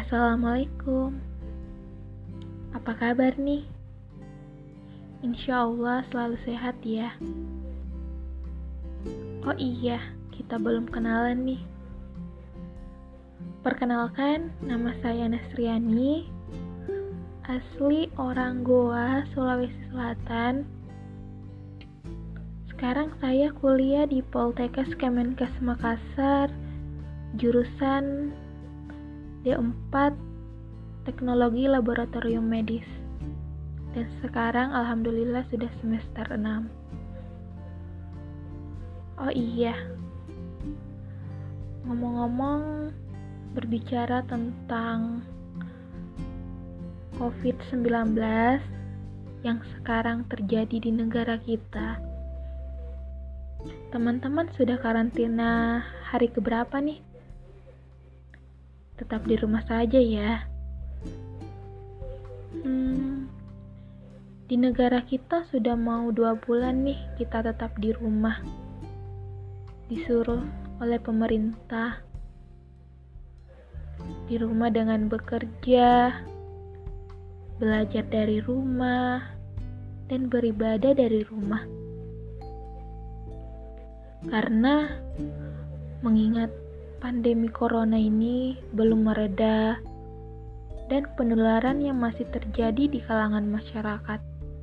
Assalamualaikum. Apa kabar nih? Insya Allah selalu sehat ya. Oh iya, kita belum kenalan nih. Perkenalkan, nama saya Nasriani, asli orang Goa, Sulawesi Selatan. Sekarang saya kuliah di Poltekkes Kemenkes Makassar, jurusan D4 Teknologi Laboratorium Medis. Dan sekarang alhamdulillah sudah semester 6. Oh iya, ngomong-ngomong berbicara tentang COVID-19 yang sekarang terjadi di negara kita. Teman-teman sudah karantina hari keberapa nih? Tetap di rumah saja ya. Di negara kita sudah mau 2 bulan nih kita tetap di rumah. Disuruh oleh pemerintah di rumah dengan bekerja, belajar dari rumah, dan beribadah dari rumah. Karena mengingat pandemi corona ini belum mereda dan penularan yang masih terjadi di kalangan masyarakat.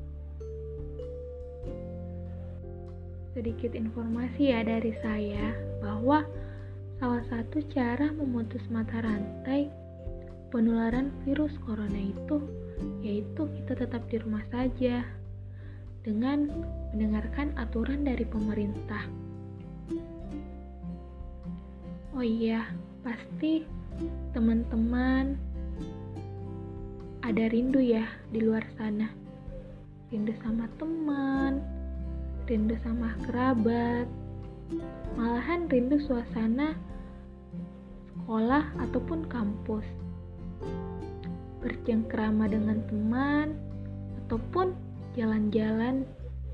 Sedikit informasi ya dari saya bahwa salah satu cara memutus mata rantai penularan virus corona itu yaitu kita tetap di rumah saja dengan mendengarkan aturan dari pemerintah. Oh iya, pasti teman-teman ada rindu ya di luar sana. Rindu sama teman, rindu sama kerabat, malahan rindu suasana sekolah ataupun kampus, bercengkrama dengan teman ataupun jalan-jalan.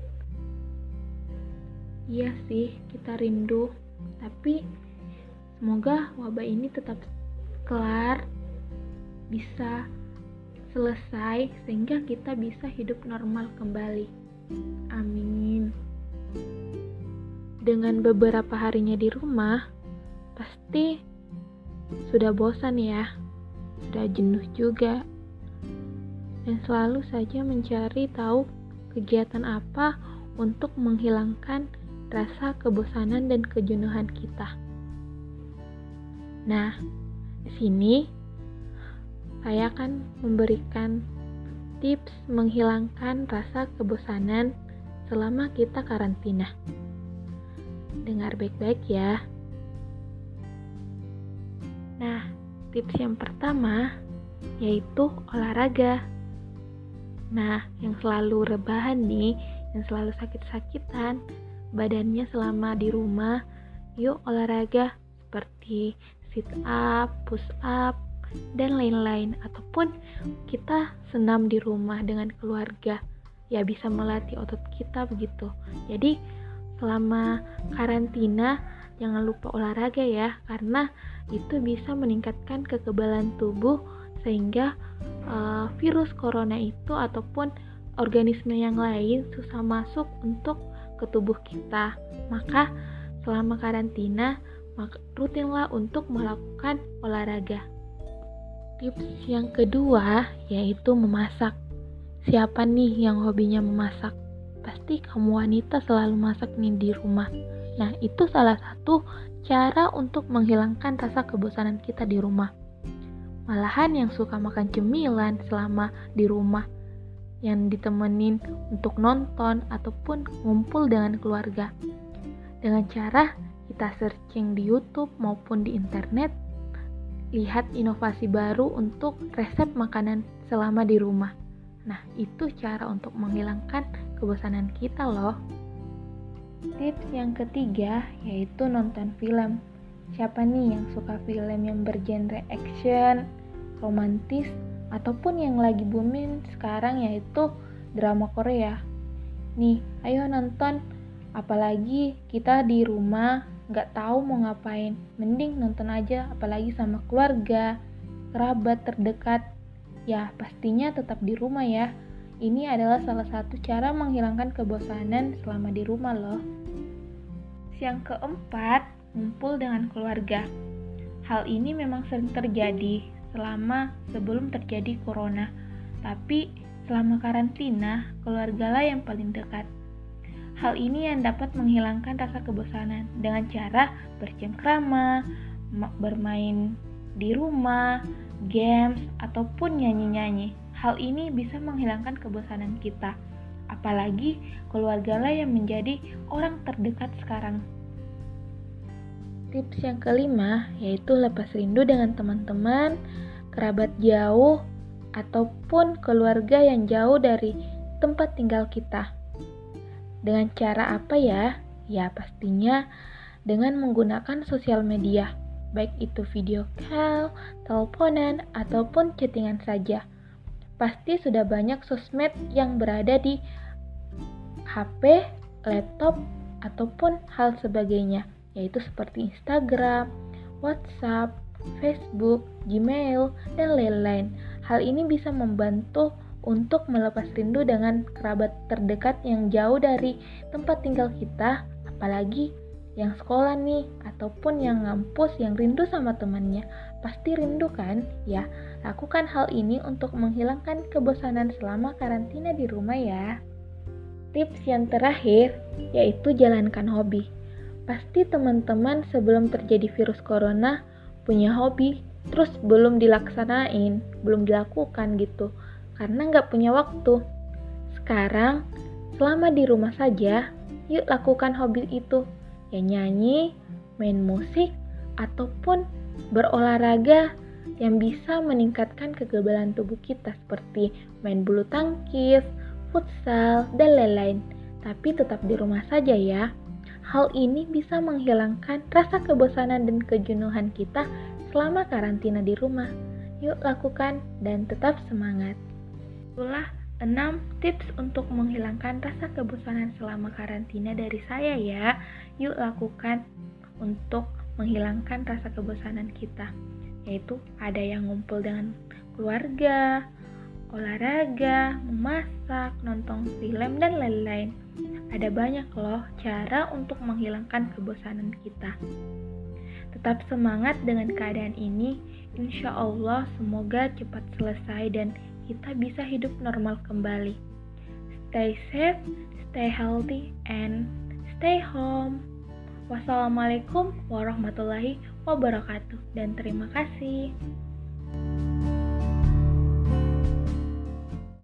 Iya sih, kita rindu, tapi semoga wabah ini tetap kelar, bisa selesai sehingga kita bisa hidup normal kembali. Amin. Dengan beberapa harinya di rumah, pasti sudah bosan ya, sudah jenuh juga. Dan selalu saja mencari tahu kegiatan apa untuk menghilangkan rasa kebosanan dan kejenuhan kita. Nah, di sini saya akan memberikan tips menghilangkan rasa kebosanan selama kita karantina. Dengar baik-baik ya. Nah, tips yang pertama yaitu olahraga. Nah, yang selalu rebahan nih, yang selalu sakit-sakitan badannya selama di rumah, yuk olahraga seperti sit up, push up, dan lain-lain, ataupun kita senam di rumah dengan keluarga, ya bisa melatih otot kita begitu. Jadi selama karantina jangan lupa olahraga ya, karena itu bisa meningkatkan kekebalan tubuh sehingga virus corona itu ataupun organisme yang lain susah masuk untuk ke tubuh kita. Maka selama karantina rutinlah untuk melakukan olahraga. Tips yang kedua yaitu memasak. Siapa nih yang hobinya memasak? Pasti kamu wanita selalu masak nih di rumah. Nah, itu salah satu cara untuk menghilangkan rasa kebosanan kita di rumah. Malahan yang suka makan cemilan selama di rumah, yang ditemenin untuk nonton ataupun ngumpul dengan keluarga. Dengan cara kita searching di YouTube maupun di internet, lihat inovasi baru untuk resep makanan selama di rumah. Nah, itu cara untuk menghilangkan kebosanan kita loh. Tips yang ketiga yaitu nonton film. Siapa nih yang suka film yang bergenre action, romantis, ataupun yang lagi booming sekarang yaitu drama Korea. Nih, ayo nonton. Apalagi kita di rumah gak tahu mau ngapain, mending nonton aja, apalagi sama keluarga, kerabat terdekat, ya pastinya tetap di rumah ya. Ini adalah salah satu cara menghilangkan kebosanan selama di rumah loh. Yang keempat, ngumpul dengan keluarga. Hal ini memang sering terjadi sebelum terjadi corona. Tapi selama karantina, keluargalah yang paling dekat. Hal ini yang dapat menghilangkan rasa kebosanan dengan cara bercengkrama, bermain di rumah, games, ataupun nyanyi-nyanyi. Hal ini bisa menghilangkan kebosanan kita. Apalagi keluargalah yang menjadi orang terdekat sekarang. Tips yang kelima yaitu lepas rindu dengan teman-teman, kerabat jauh, ataupun keluarga yang jauh dari tempat tinggal kita. Dengan cara apa ya? Ya pastinya dengan menggunakan sosial media, baik itu video call, teleponan, ataupun chattingan saja. Pasti sudah banyak sosmed yang berada di HP, laptop, ataupun hal sebagainya, yaitu seperti Instagram, WhatsApp, Facebook, Gmail, dan lain-lain. Hal ini bisa membantu untuk melepas rindu dengan kerabat terdekat yang jauh dari tempat tinggal kita, apalagi yang sekolah nih, ataupun yang ngampus yang rindu sama temannya. Pasti rindu kan? Ya, lakukan hal ini untuk menghilangkan kebosanan selama karantina di rumah ya. Tips yang terakhir yaitu jalankan hobi. Pasti teman-teman sebelum terjadi virus corona punya hobi, terus belum dilaksanain, belum dilakukan gitu, karena nggak punya waktu. Sekarang, selama di rumah saja, yuk lakukan hobi itu. Ya nyanyi, main musik, ataupun berolahraga yang bisa meningkatkan kekebalan tubuh kita seperti main bulu tangkis, futsal, dan lain-lain. Tapi tetap di rumah saja ya. Hal ini bisa menghilangkan rasa kebosanan dan kejenuhan kita selama karantina di rumah. Yuk lakukan dan tetap semangat. Itulah 6 tips untuk menghilangkan rasa kebosanan selama karantina dari saya ya. Yuk lakukan untuk menghilangkan rasa kebosanan kita. Yaitu ada yang ngumpul dengan keluarga, olahraga, memasak, nonton film, dan lain-lain. Ada banyak loh cara untuk menghilangkan kebosanan kita. Tetap semangat dengan keadaan ini. Insya Allah semoga cepat selesai dan kita bisa hidup normal kembali. Stay safe, stay healthy, and stay home. Wassalamualaikum warahmatullahi wabarakatuh dan terima kasih.